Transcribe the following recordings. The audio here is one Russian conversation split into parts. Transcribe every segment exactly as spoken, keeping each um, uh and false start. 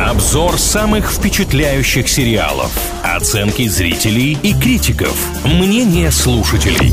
Обзор самых впечатляющих сериалов. Оценки зрителей и критиков. Мнение слушателей.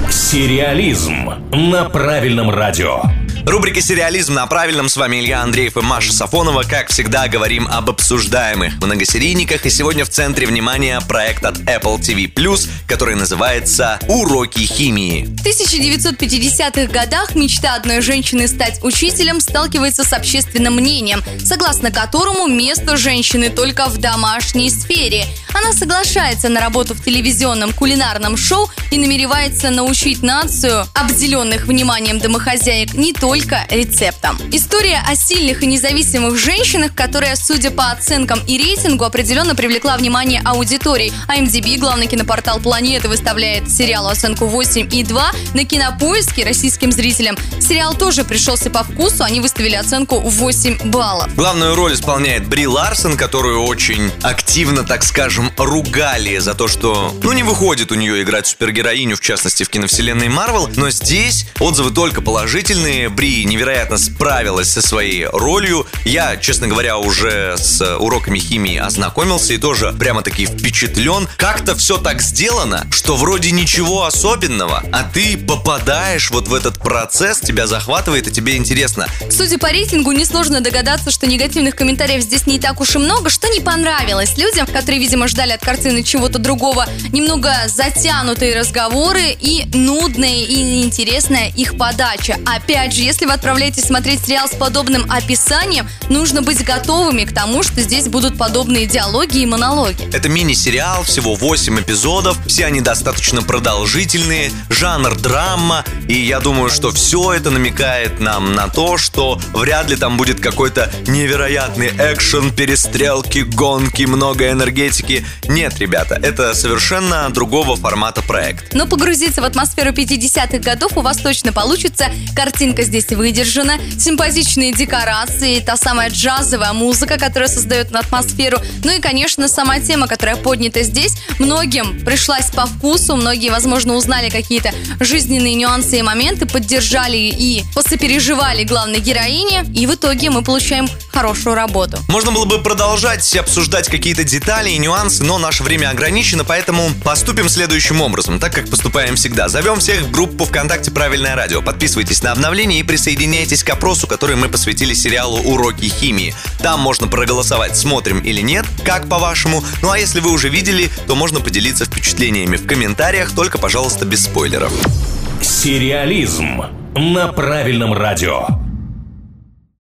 Сериализм на правильном радио. Рубрика «Сериализм» на правильном. С вами Илья Андреев и Маша Сафонова. Как всегда, говорим об обсуждаемых многосерийниках. И сегодня в центре внимания проект от Apple ти ви плюс, который называется «Уроки химии». В тысяча девятьсот пятидесятых годах мечта одной женщины стать учителем сталкивается с общественным мнением, согласно которому место женщины только в домашней сфере. Она соглашается на работу в телевизионном кулинарном шоу и намеревается научить нацию, обделенных вниманием домохозяек, не только рецептом. История о сильных и независимых женщинах, которая, судя по оценкам и рейтингу, определенно привлекла внимание аудитории. ай эм ди би, главный кинопортал планеты, выставляет сериалу оценку восемь и два. На Кинопоиске российским зрителям сериал тоже пришелся по вкусу. Они выставили оценку восемь баллов. Главную роль исполняет Бри Ларсон, которую очень активно, так скажем, ругали за то, что, ну, не выходит у нее играть супергероиню, в частности, в киновселенной Марвел. Но здесь отзывы только положительные. Бри невероятно справилась со своей ролью. Я, честно говоря, уже с уроками химии ознакомился и тоже прямо-таки впечатлен. Как-то все так сделано, что вроде ничего особенного, а ты попадаешь вот в этот процесс, тебя захватывает и тебе интересно. Судя по рейтингу, несложно догадаться, что негативных комментариев здесь не так уж и много. Что не понравилось людям, которые, видимо, ждали от картины чего-то другого, немного затянутые разговоры и нудная и неинтересная их подача. Опять же, если вы отправляетесь смотреть сериал с подобным описанием, нужно быть готовыми к тому, что здесь будут подобные диалоги и монологи. Это мини-сериал, всего восемь эпизодов, все они достаточно продолжительные, жанр драма, и я думаю, что все это намекает нам на то, что вряд ли там будет какой-то невероятный экшен, перестрелки, гонки, много энергетики. Нет, ребята, это совершенно другого формата проект. Но погрузиться в атмосферу пятидесятых годов у вас точно получится. Картинка здесь выдержана, симпатичные декорации, та самая джазовая музыка, которая создает атмосферу. Ну и, конечно, сама тема, которая поднята здесь, многим пришлась по вкусу. Многие, возможно, узнали какие-то жизненные нюансы и моменты, поддержали и посопереживали главной героине. И в итоге мы получаем хорошую работу. Можно было бы продолжать обсуждать какие-то детали и нюансы, но наше время ограничено, поэтому поступим следующим образом, так как поступаем всегда. Зовем всех в группу ВКонтакте «Правильное радио». Подписывайтесь на обновления и присоединяйтесь к опросу, который мы посвятили сериалу «Уроки химии». Там можно проголосовать, смотрим или нет, как по-вашему. Ну а если вы уже видели, то можно поделиться впечатлениями в комментариях, только, пожалуйста, без спойлеров. Сериализм на правильном радио.